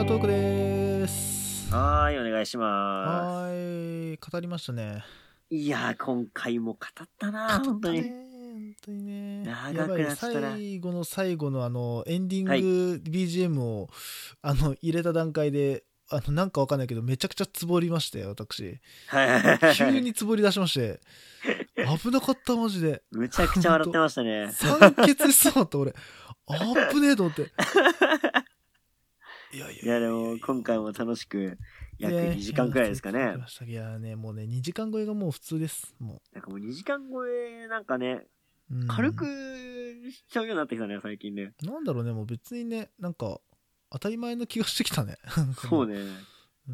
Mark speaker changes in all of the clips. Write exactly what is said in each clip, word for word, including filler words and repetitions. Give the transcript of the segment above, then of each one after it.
Speaker 1: トークでーす。
Speaker 2: はーい、お願いしま
Speaker 1: はーい、語りましたね。
Speaker 2: す。いやー、今回も語ったなー、
Speaker 1: 語ったね
Speaker 2: 本当に。
Speaker 1: 本当にね。
Speaker 2: 長くなったな。
Speaker 1: 最後の最後のあのエンディング ビージーエム を、はい、あの入れた段階で、あのなんかわかんないけどめちゃくちゃつぼりまして、私。急につぼり出しまして。危なかったマジで。
Speaker 2: むちゃくちゃ笑ってましたね。
Speaker 1: 酸欠しそうだった俺。あっぶねえと思って。
Speaker 2: いやいやいや、でも今回も楽しく約にじかんくらいですかね。
Speaker 1: いやね、もうねにじかん超えがもう普通です。も
Speaker 2: うなんかもうにじかん超えなんかね、うん、軽くしちゃうようになってきたね最近ね。
Speaker 1: なんだろうね、もう別にね、なんか当たり前の気がしてきたね。
Speaker 2: そうね。
Speaker 1: うん、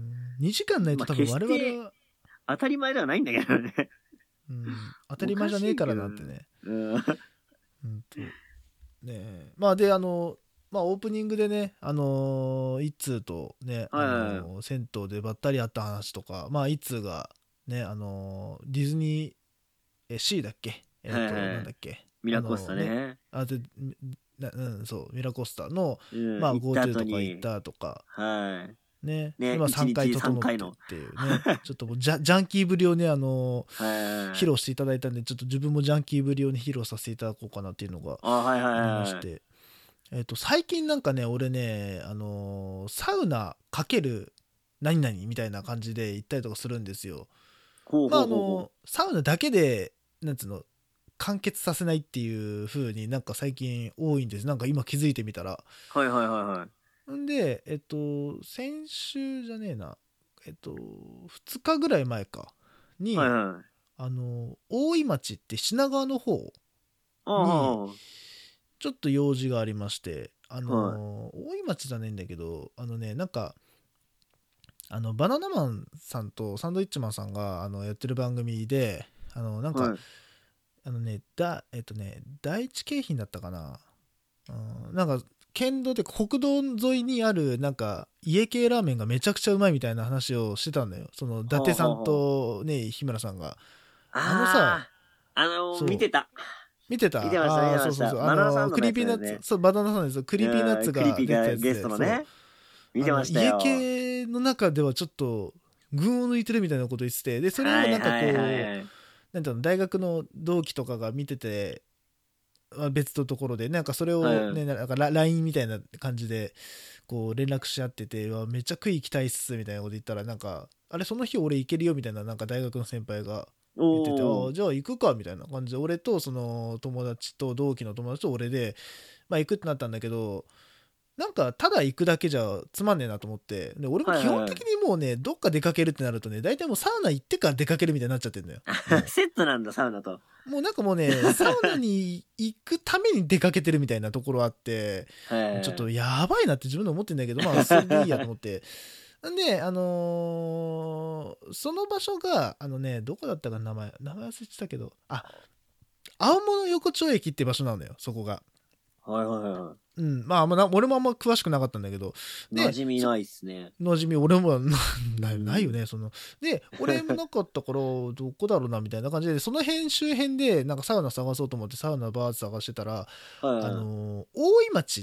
Speaker 1: にじかんないと多分我々は
Speaker 2: 当たり前ではないんだけどね。
Speaker 1: うん、当たり前じゃねえからなってね。うん。うんとね、まあであの。まあオープニングでね、あのー、一通とね、あのー、銭湯でばったり会った話とか、まあ一通がね、あのー、ディズニーえシーだっけ、えっと、はいはい、なんだっけ、
Speaker 2: ミラコスタね。
Speaker 1: ねあでなうんそうミラコスタの、うん、まあ GoTo とか行ったとか、
Speaker 2: はい。
Speaker 1: ね、
Speaker 2: ね
Speaker 1: 今さんかい整ってっていうね、ちょっともうジャジャンキーぶりをね、あのー、披露していただいたんで、ちょっと自分もジャンキーぶりをね披露させていただこうかなっていうのがありまして。えー、と最近なんかね俺ね、あのー、サウナかける何々みたいな感じで行ったりとかするんですよ。まああのサウナだけでなんつうの完結させないっていう風になんか最近多いんです。なんか今気づいてみたら。
Speaker 2: はいはいはいはい。
Speaker 1: んでえっと先週じゃねえなえっとふつかぐらい前かに、はいはい、あの大井町って品川の方にちょっと用事がありまして、あのーはい、大井町じゃないんだけど、あのね、なんか、あの、バナナマンさんとサンドイッチマンさんがあのやってる番組で、あの、なんか、はい、あのね、だ、えっとね、第一京浜だったかな。うん、なんか、県道で国道沿いにある、なんか、家系ラーメンがめちゃくちゃうまいみたいな話をしてたんだよ。その、伊達さんとね、日村さんが。
Speaker 2: あのさ、あのー、見てた。
Speaker 1: 見てた
Speaker 2: 見てました、見てました。そうそうそう。あのー、
Speaker 1: クリーピーナッツ、そう、バナナさんですよ。クリーピーナッツが出てたやつで、
Speaker 2: ゲストのね。見てましたよ。
Speaker 1: 家系の中ではちょっと、群を抜いてるみたいなこと言ってて、で、それをなんかこう、はいはいはいはい、なんていうの、大学の同期とかが見てて、別のところで、なんかそれをね、はい、なんか ライン みたいな感じで、こう連絡し合ってて、めっちゃ食い行きたいっすみたいなこと言ったら、なんか、あれ、その日俺行けるよみたいな、なんか大学の先輩が言ってて、ああ、じゃあ行くかみたいな感じで、俺とその友達と同期の友達と俺で、まあ行くってなったんだけど、なんかただ行くだけじゃつまんねえなと思って、で俺も基本的にもうね、はいはい、どっか出かけるってなるとね、大体もうサウナ行ってから出かけるみたいになっちゃってるんだよ。
Speaker 2: セットなんだ、サウナと。
Speaker 1: もうなんかもうね、サウナに行くために出かけてるみたいなところあって、はいはい、ちょっとやばいなって自分で思ってんだけど、まあそれでいいやと思って。んで、あのー、その場所が、あのね、どこだったか名前、名前忘れてたけど、あ、青物横丁駅って場所なのよ、そこが。
Speaker 2: はいはいはい。
Speaker 1: うん、まあ、まあ、俺もあんま詳しくなかったんだけど。
Speaker 2: 馴染みないっすね。
Speaker 1: 馴染み、俺もな、ないよね、その。で、俺もなかったから、どこだろうな、みたいな感じで、その辺周辺で、なんかサウナ探そうと思って、サウナバーッと探してたら、はいはい、あのー、大井町って、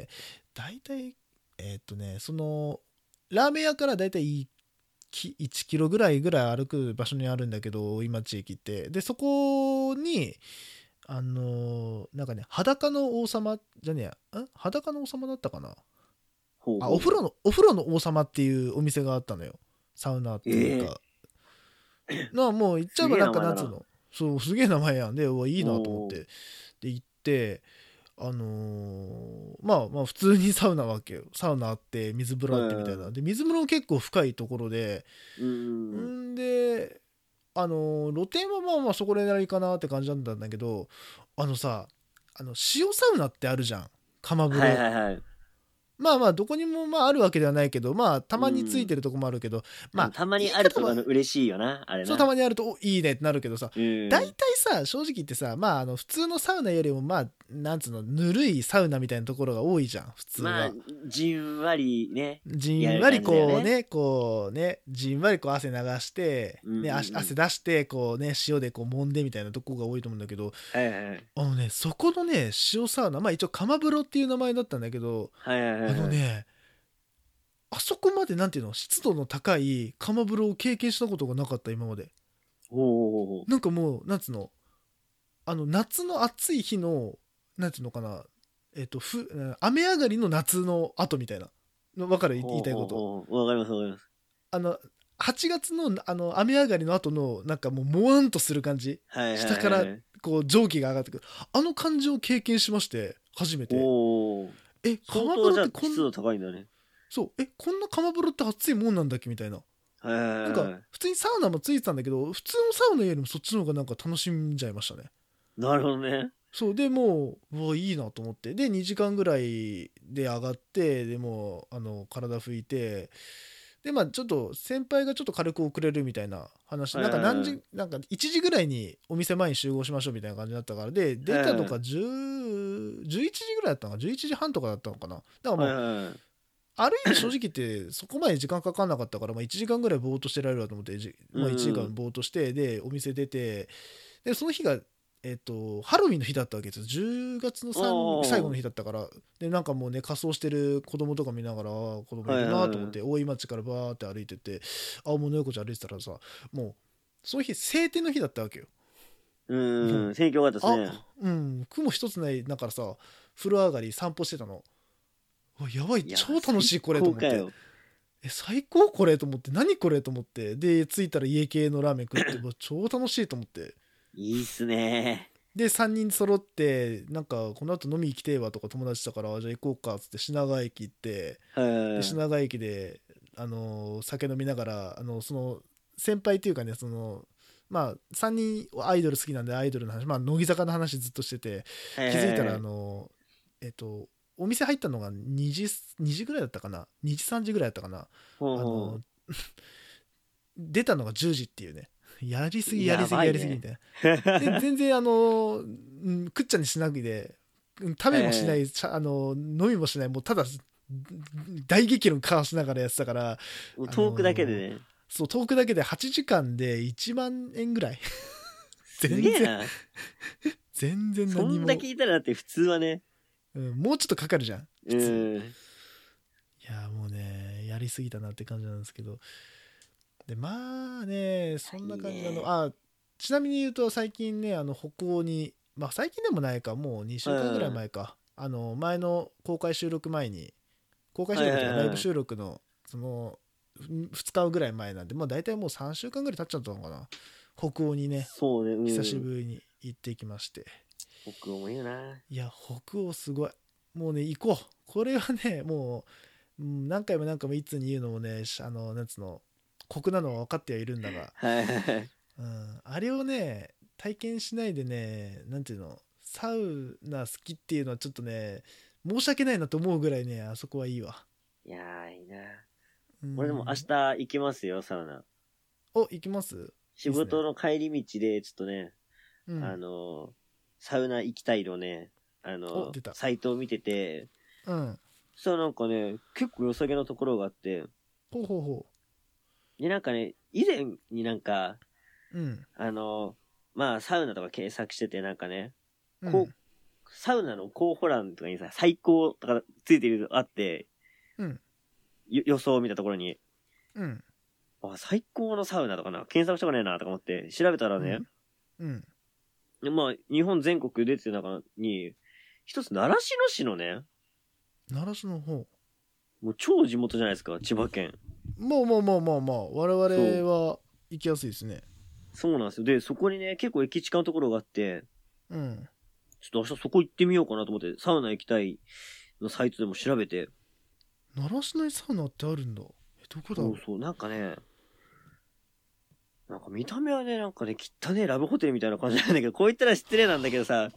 Speaker 1: 大体、えー、っとね、その、ラーメン屋から大体いちキロぐらいぐらい歩く場所にあるんだけど、大井町駅って。で、そこに、あのー、なんかね、裸の王様じゃねえや、ん裸の王様だったかな。ほうほう、あ、お風呂の、お風呂の王様っていうお店があったのよ。サウナっていうか。えー、なあ、もう行っちゃえばなんかなんつうの。そう、すげえ名前やんで、うわ、いいなと思って。で、行って、あのー、まあまあ普通にサウナわけよ。サウナあって、水風呂あってみたいな。で、水風呂結構深いところで、うんんで、あの露天はまあまあそこでなりかなって感じなんだけど、あのさ、あの塩サウナってあるじゃん、釜風呂。はいはいはい。まあまあどこにもまああるわけではないけど、まあたまについてるとこもあるけど、まあ
Speaker 2: たまにあると嬉しいよな、あれな。
Speaker 1: そう、たまにあるといいねってなるけどさ、大体さ、正直言ってさ、まああの普通のサウナよりもまあなんつうの、ぬるいサウナみたいなところが多いじゃん、普通は。まあ
Speaker 2: じんわりね、
Speaker 1: じんわりこうね、こうね、じんわりこう汗流して、ね、うんうんうん、汗出してこうね、塩でこう揉んでみたいなとこが多いと思うんだけど、はいはいはい、あのね、そこのね、塩サウナ、まあ一応釜風呂っていう名前だったんだけど、はいはいはいはい、あのね、 あそこまでなんていうの湿度の高い釜風呂を経験したことがなかった今まで。
Speaker 2: おお。
Speaker 1: なんかもうなんつうのあの夏の暑い日のなんていうのかなえっ、とふ雨上がりの夏の後みたいなの分かる言いたいこと。
Speaker 2: わかりますわかります。
Speaker 1: あのはちがつのあの雨上がりの後のなんかもうもわんとする感じ、
Speaker 2: はいはいはい、
Speaker 1: 下からこう蒸気が上がってくるあの感じを経験しまして初めて。
Speaker 2: お
Speaker 1: え釜風呂ってこん
Speaker 2: 湿度高いんだね。
Speaker 1: そうえこんな釜風呂って熱いもんなんだっけみたいな。なんか普通にサウナもついてたんだけど普通のサウナよりもそっちの方がなんか楽しんじゃいましたね。
Speaker 2: なるほどね。
Speaker 1: そうでもううわいいなと思ってでにじかんぐらいで上がってでもうあの体拭いてでまあちょっと先輩がちょっと軽く遅れるみたいな話、なんか何時なんかいちじぐらいにお店前に集合しましょうみたいな感じだったからで出たのがじゅう、じゅういちじぐらいだったのかじゅういちじはんとかだったのかな。だからもうある意味正直言ってそこまで時間かかんなかったから、まあ、いちじかんぐらいぼーっとしてられるわと思って、まあ、いちじかんぼーっとしてでお店出てでその日がえっとハロウィンの日だったわけですよ。じゅうがつの最後の日だったからでなんかもうね仮装してる子供とか見ながら子供いるなと思って大井町からバーって歩いてて青物横丁歩いてたらさもうその日晴天の日だったわけよ。
Speaker 2: うん盛況があったですね。
Speaker 1: うん雲一つないだからさ風呂上がり散歩してたの。やばい超楽しいこれと思ってえ最高これと思って何これと思ってで着いたら家系のラーメン食ってもう超楽しいと思って
Speaker 2: いいっすね。
Speaker 1: でさんにん揃ってなんかこの後飲み行きてえわとか友達だからじゃあ行こうかっつって品川駅行ってで品川駅であの酒飲みながらあのその先輩っていうかねそのまあさんにんアイドル好きなんでアイドルの話まあ乃木坂の話ずっとしてて気づいたらあのえっとお店入ったのがにじ、にじぐらいだったかなにじさんじぐらいだったかなあの出たのがじゅうじっていうねやりすぎやりすぎやりすぎみたいなで全然あの食っちゃにしなくて食べもしない、あの飲みもしないもうただ大激論交わしながらやってたから
Speaker 2: トークだけでね
Speaker 1: そうトークだけではちじかんでいちまんえんぐらい
Speaker 2: 全然
Speaker 1: 全然何も
Speaker 2: そんだけいたらだって普通はね
Speaker 1: うん、もうちょっとかかるじゃん普通、
Speaker 2: うん、い
Speaker 1: やもうねやりすぎたなって感じなんですけどでまあねそんな感じなの。いいね、あちなみに言うと最近ねあの北欧にまあ最近でもないかもうにしゅうかんぐらい前か、うん、あの前の公開収録前に公開収録とかライブ収録のそのふつかぐらい前なんでもう大体もうさんしゅうかんぐらい経っちゃったのかな北欧にね、
Speaker 2: そうね、うん、
Speaker 1: 久しぶりに行ってきまして
Speaker 2: 北欧もいいよな。
Speaker 1: いや北欧すごいもうね行こうこれはねもう、うん、何回も何回もいつに言うのもねあのなんつうの酷なのは分かってはいるんだが、
Speaker 2: はいはいはい、
Speaker 1: うん、あれをね体験しないでねなんていうのサウナ好きっていうのはちょっとね申し訳ないなと思うぐらいねあそこはいいわ。
Speaker 2: いやーいいな、うん、俺でも明日行きますよサウナ。
Speaker 1: お行きます。
Speaker 2: 仕事の帰り道でちょっとね、
Speaker 1: うん、
Speaker 2: あのサウナ行きたいのねあのサイトを見てて、
Speaker 1: うん、
Speaker 2: そしたらなんかね結構良さげなところがあって
Speaker 1: ほうほうほ
Speaker 2: うでなんかね以前になんか、
Speaker 1: うん、
Speaker 2: あのまあサウナとか検索しててなんかね、
Speaker 1: うん、
Speaker 2: こうサウナの候補欄とかにさ最高とかついてるのあって、
Speaker 1: うん、
Speaker 2: 予想を見たところに、
Speaker 1: うん、
Speaker 2: あ最高のサウナとかな検索したことないなとか思って調べたらね、
Speaker 1: うん、
Speaker 2: うん、まあ日本全国出てる中に一つ習志野市のね
Speaker 1: 習志野方
Speaker 2: もう超地元じゃないですか千葉県。
Speaker 1: まあまあまあまあまあ我々は行きやすいですね。
Speaker 2: そうなんですよ。でそこにね結構駅近のところがあって、
Speaker 1: うん、
Speaker 2: ちょっと明日そこ行ってみようかなと思ってサウナ行きたいのサイトでも調べて。
Speaker 1: 習志野にサウナってあるんだ。えどこだろう。
Speaker 2: そうそうなんかねなんか見た目はねなんかね汚ねラブホテルみたいな感じなんだけどこう言ったら失礼なんだけどさ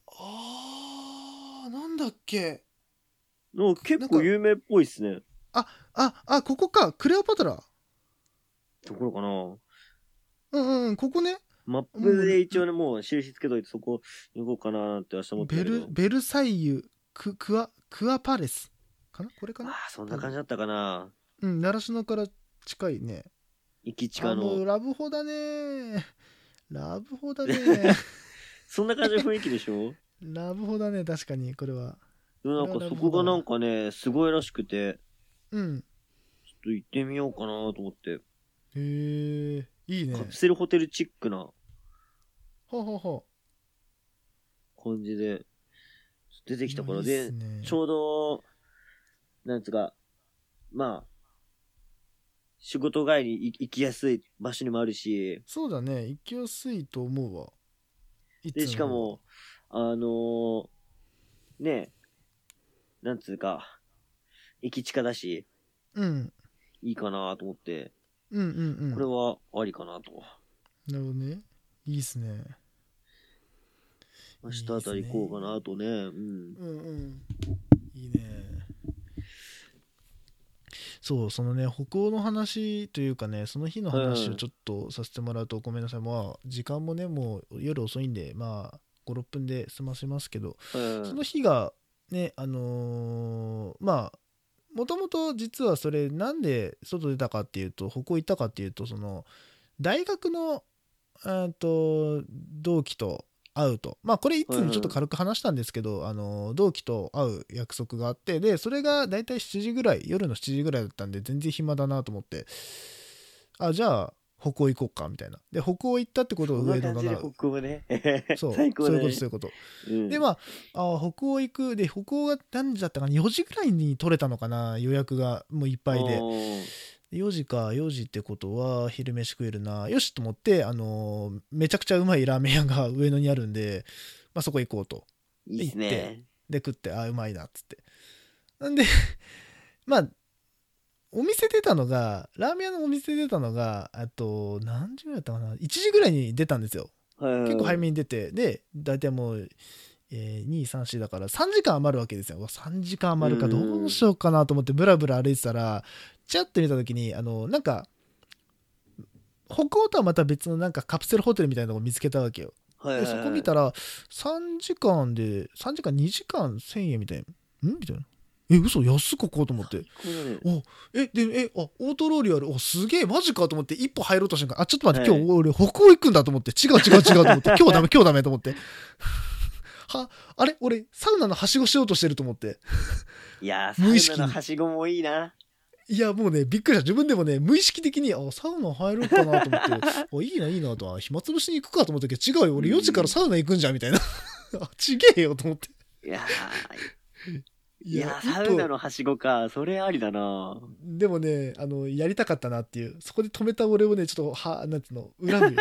Speaker 1: あーなんだっけ
Speaker 2: の結構有名っぽいっすね。
Speaker 1: あああここかクレオパトラ
Speaker 2: ところかな。
Speaker 1: うんうんここね
Speaker 2: マップで一応ねもう印つけといてそこ行こうかなって明日思ってたけど
Speaker 1: ベルベルサイユククアクアパレスかなこれかな。
Speaker 2: ああそんな感じだったかな。
Speaker 1: うん習志野から近いね。
Speaker 2: 駅近の
Speaker 1: ラブホだねラブホだね
Speaker 2: そんな感じの雰囲気でしょ
Speaker 1: ラブホだね確かにこれは。
Speaker 2: でもなんかそこがなんかねすごいらしくて
Speaker 1: うん
Speaker 2: と行ってみようかなと思って。
Speaker 1: へえ、いいね。
Speaker 2: カプセルホテルチックな
Speaker 1: ははは
Speaker 2: 感じで出てきたからで、
Speaker 1: いいっすね、
Speaker 2: ちょうど、なんつうか、まあ、仕事帰り行きやすい場所にもあるし。
Speaker 1: そうだね、行きやすいと思うわ。
Speaker 2: で、しかも、あのー、ね、なんつうか、駅近だし、
Speaker 1: うん。
Speaker 2: いいかなと思って、
Speaker 1: うんうんうん。
Speaker 2: これはありかなと。
Speaker 1: なるほどね。いいっすね。
Speaker 2: 明日あたり行こうかなとね。うん。うん
Speaker 1: うん。いいね。そう、そのね、北欧の話というかね、その日の話をちょっとさせてもらうと、ごめんなさい。まあ、時間もね、もう夜遅いんで、まあ、ご、ろっぷんで済ませますけど、その日がね、あのー、まあ、もともと実はそれなんで外出たかっていうと、北欧行ったかっていうと、その大学のと同期と会うと、まあこれいつもちょっと軽く話したんですけど、あの同期と会う約束があって、でそれがだいたいしちじぐらい、夜のしちじぐらいだったんで、全然暇だなと思って、あ、じゃあ北欧行こうかみたいな。で北欧行ったってことは上野だな。
Speaker 2: 北欧ね。
Speaker 1: そう、
Speaker 2: 最高だね、
Speaker 1: そういうことそういうこと、うん、でまあ、あ北欧行くで、北欧が何時だったかな、よじぐらいに取れたのかな、予約がもういっぱいで、よじか、よじってことは昼飯食えるな、よしと思って、あのー、めちゃくちゃうまいラーメン屋が上野にあるんで、まあ、そこ行こうと。
Speaker 2: いいっすね。
Speaker 1: 行ってで食って、あうまいなっつって、なんでまあお店出たのが、ラーメン屋のお店出たのが、あと何時ぐらいだったかな、いちじぐらいに出たんですよ。結構早めに出て、で大体もう、えー、に、さん、よんだからさんじかん余るわけですよ。さんじかん余るか、どうしようかなと思ってブラブラ歩いてたら、チャッて見た時に、あのなんか北欧とはまた別のなんかカプセルホテルみたいなのを見つけたわけよ。でそこ見たらさんじかんでさんじかんにじかんせんえんみたいな、んみたいな、え嘘安ここうと思って、おえでえあオートローリーある、おすげえマジかと思って一歩入ろうとした瞬間、あちょっと待って、今日俺北欧行くんだと思って、違う違う違うと思って、今日ダメ今日ダメと思ってはあれ俺サウナのはしごしようとしてると思って、
Speaker 2: いやーサウナのはしごもいいな。
Speaker 1: いやもうねびっくりした、自分でもね無意識的にあサウナ入ろうかなと思っておいいないいなと、暇つぶしに行くかと思ったけど、違うよ俺よじからサウナ行くんじゃんみたいなあちげえよと思って、
Speaker 2: いやーいやサウナのはしごか、それありだな。
Speaker 1: でもねあのやりたかったなっていう、そこで止めた俺をねちょっとはなんつうの恨むよ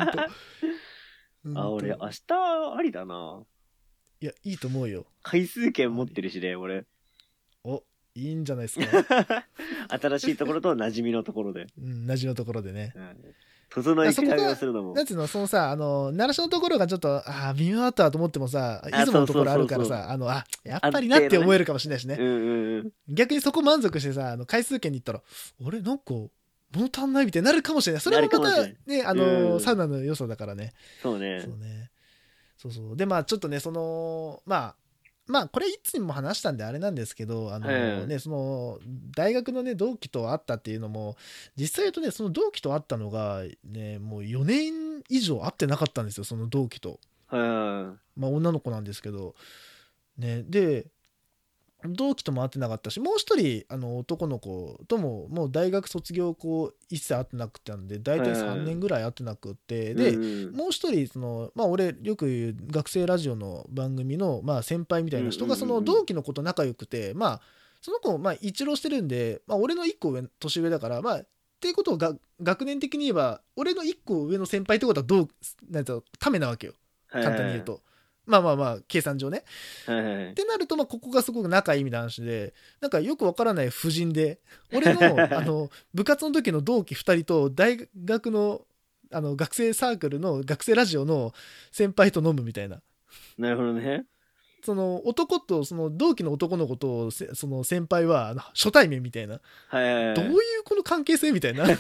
Speaker 2: あ俺明日ありだな。
Speaker 1: いやいいと思うよ、
Speaker 2: 回数券持ってるしね俺。
Speaker 1: おいいんじゃないですか
Speaker 2: 新しいところと馴染みのところで、
Speaker 1: うん、馴染みのところでね、
Speaker 2: うん整い比べをするのも、
Speaker 1: なんていうの、そのさ、あの習志のところがちょっとああ微妙だったと思ってもさ、出雲のところあるからさ、あのあやっぱりなって思えるかもしれないしね、うんうんうん、逆にそこ満足してさ、あの回数券に行ったらあれなんか物足んないみたいになるかもしれない。それもまたね、あの、うん、サウナの良さだからね。
Speaker 2: そうね。
Speaker 1: そうね。そうそう。でまあちょっとね、そのまあまあこれいつにも話したんであれなんですけど、あのね、はい、その大学のね同期と会ったっていうのも実際言うとね、その同期と会ったのがねもうよねん以上会ってなかったんですよ、その同期と。はい、まあ女の子なんですけどね。で同期とも会ってなかったし、もう一人あの男の子とももう大学卒業後一切会ってなくて、なんで大体さんねんぐらい会ってなくって、で、うん、もう一人そのまあ俺よく言う学生ラジオの番組のまあ先輩みたいな人がその同期の子と仲良くて、まあその子まあ一浪してるんで、まあ俺の一個上年上だからまあっていうことをが学年的に言えば俺の一個上の先輩ってことはどうなんていうのためなわけよ、簡単に言うと。まあまあまあ計算上ね、はいはいはい、ってなるとまあここがすごく仲いいみたいな話で、なんかよくわからない布陣で俺のあの部活の時の同期ふたりと大学のあの学生サークルの学生ラジオの先輩と飲むみたいな。
Speaker 2: なるほどね。
Speaker 1: その男とその同期の男の子とその先輩は初対面みたいな、はいはいはい、どういうこの関係性みたいな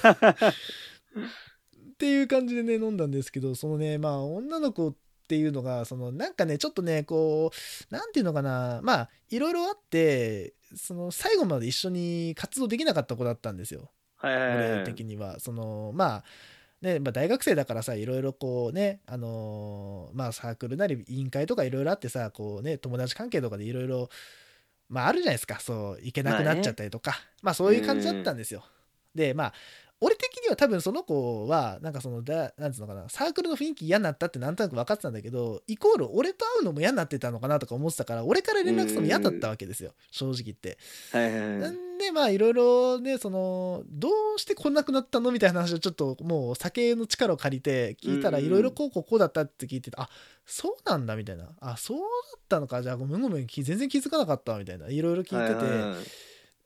Speaker 1: っていう感じでね飲んだんですけど、そのねまあ女の子っていうのがそのなんかねちょっとねこうなんていうのかな、まあいろいろあってその最後まで一緒に活動できなかった子だったんですよ、はいはいはい、俺的には。そのまあね、まあ、大学生だからさいろいろこうねあのー、まあサークルなり委員会とかいろいろあってさこうね友達関係とかでいろいろまああるじゃないですか、そう行けなくなっちゃったりとか、まあ、ね、まあそういう感じだったんですよ。でまあ俺的には多分その子はなんかそのだなんつうのかな、サークルの雰囲気嫌になったってなんとなく分かってたんだけど、イコール俺と会うのも嫌になってたのかなとか思ってたから、俺から連絡するのも嫌だったわけですよ、正直言って。
Speaker 2: はいはいはい、
Speaker 1: なんでまあいろいろね、そのどうして来なくなったのみたいな話をちょっともう酒の力を借りて聞いたら、いろいろこうこうこうだったって聞いて、あそうなんだみたいな、あそうだったのか、じゃあごめんごめん全然気づかなかったみたいな、いろいろ聞いてて、はいはいはい、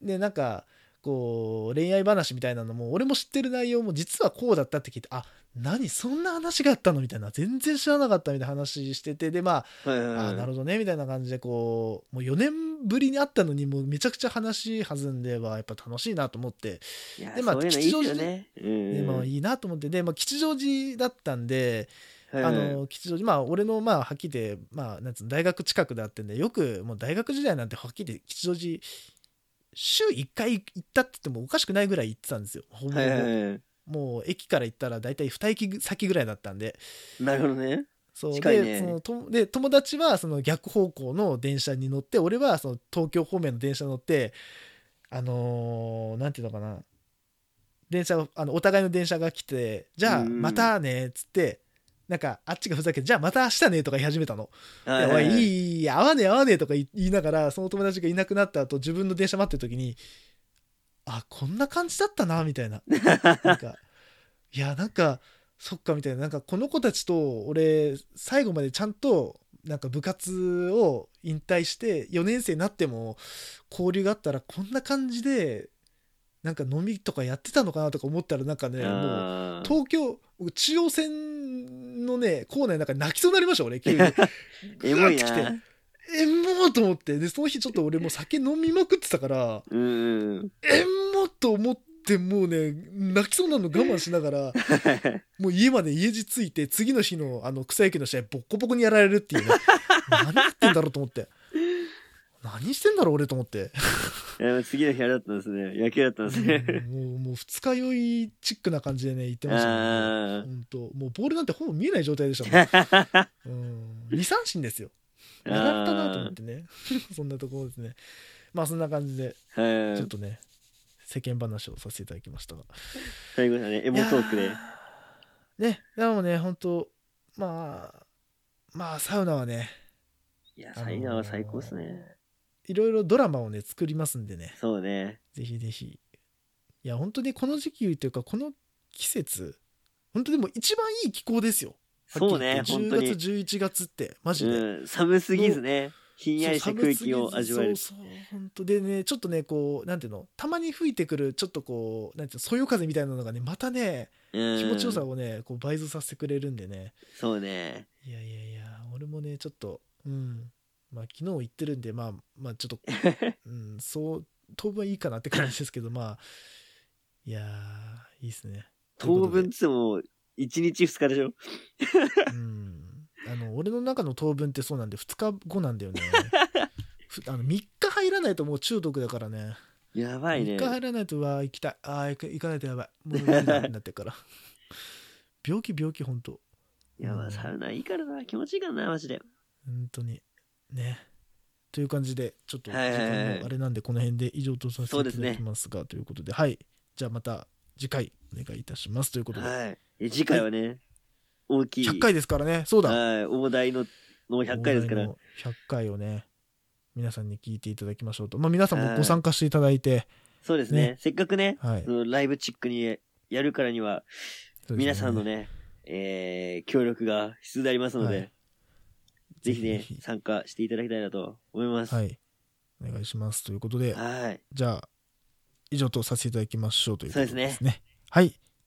Speaker 1: でなんかこう恋愛話みたいなのも俺も知ってる内容も実はこうだったって聞いて、あ何そんな話があったのみたいな、全然知らなかったみたいな話してて、でまあ、はいはいはい、あなるほどねみたいな感じで、こうもうよねんぶりに会ったのにもうめちゃくちゃ話弾んではやっぱ楽しいなと思って、でまあ吉祥寺で、でまあいいなと思って、でまあ吉祥寺だったんで、はいはい、あの吉祥寺まあ俺のまあはっきりでまあなんつうの大学近くであってんで、よくもう大学時代なんてはっきり吉祥寺週いっかい行ったって言ってもおかしくないぐらい行ってたんですよ。ほぼほぼ、はいはいはい、もう駅から行ったらだいたいに駅先ぐらいだったんで。
Speaker 2: なるほどね。
Speaker 1: そう近いね。でそのとで友達はその逆方向の電車に乗って、俺はその東京方面の電車に乗って、あのー、なんていうのかな、電車あのお互いの電車が来て、じゃあまたねっつって、なんかあっちがふざけて、じゃあまた明日ねとか言い始めたの。はいはいはい、いやおいいいい合わねえ合わねえとか言いながら、その友達がいなくなった後自分の電車待ってる時に、あこんな感じだったなみたいな、なんかいやなんかそっかみたいな、なんかこの子たちと俺最後までちゃんとなんか部活を引退してよねん生になっても交流があったらこんな感じでなんか飲みとかやってたのかなとか思ったら、なんかねもう東京中央線のね構内の中に泣きそうになりました俺急に
Speaker 2: エモいな。
Speaker 1: えんもと思って、でその日ちょっと俺も酒飲みまくってたから、うん、えんもと思ってもうね泣きそうなの我慢しながらもう家まで家路ついて、次の日のあの草野球の試合ボッコボコにやられるっていうね何やってんだろうと思って、何してんだろう俺と思って
Speaker 2: いや次の日あれだったんですね、野球だったんですね
Speaker 1: もうもう二日酔いチックな感じでね言ってましたね。本当もうボールなんてほぼ見えない状態でしたもん、うん、に三振ですよ。やられたなと思ってねそんなところですね。まあそんな感じでちょっとね世間話をさせていただきましたが、
Speaker 2: 最後だねエモトークで
Speaker 1: ね。でもね本当まあまあサウナはね、
Speaker 2: いやサウナは最高ですね。
Speaker 1: いろいろドラマをね作りますんでね。
Speaker 2: そうね、
Speaker 1: ぜひぜひ。いや本当にこの時期というかこの季節本当でも一番いい気候ですよ。
Speaker 2: そうね、
Speaker 1: じゅうがつじゅういちがつってマジで、
Speaker 2: うん、寒すぎずね、ひんやりした空気を味わえる。
Speaker 1: そうそう本当でね、ちょっとねこうなんていうの、たまに吹いてくるちょっとこうなんていうのそよ風みたいなのがねまたね気持ちよさをねこう倍増させてくれるんでね。
Speaker 2: そうね、
Speaker 1: いやいやいや俺もねちょっとうんまあ昨日言ってるんでまあまあちょっとうんそう当分はいいかなって感じですけどまあいやいいですね。
Speaker 2: 当分ってもいちにちふつかでしょ
Speaker 1: うんあの俺の中の当分ってそうなんでふつかごなんだよねあのみっか入らないともう中毒だからね。
Speaker 2: やばいね。
Speaker 1: みっか入らないとは行きたい、ああ行かないとやばい、もう無理だってなってから病気病気ほんと。
Speaker 2: いやまあサウナいいからな、気持ちいいからなマジで
Speaker 1: 本当にね。という感じでちょっと時間もあれなんでこの辺で以上とさせていただきますが、ということではいじゃあまた次回お願いいたしますということで、
Speaker 2: はい、次回はね、はい、大きい
Speaker 1: ひゃっかいですからね。そうだ、
Speaker 2: はい、大台ののひゃっかいですから、
Speaker 1: ひゃっかいをね皆さんに聞いていただきましょうと、まあ、皆さんもご参加していただいて、
Speaker 2: そうですね、ねせっかくね、
Speaker 1: はい、
Speaker 2: そのライブチックにやるからには、ね、皆さんのね、えー、協力が必要でありますので、はい、ぜひね参加していただきたいなと思います。はい
Speaker 1: お願いしますということで、
Speaker 2: はい、
Speaker 1: じゃあ以上とさせていただきましょうということですね。
Speaker 2: そうですね。
Speaker 1: はい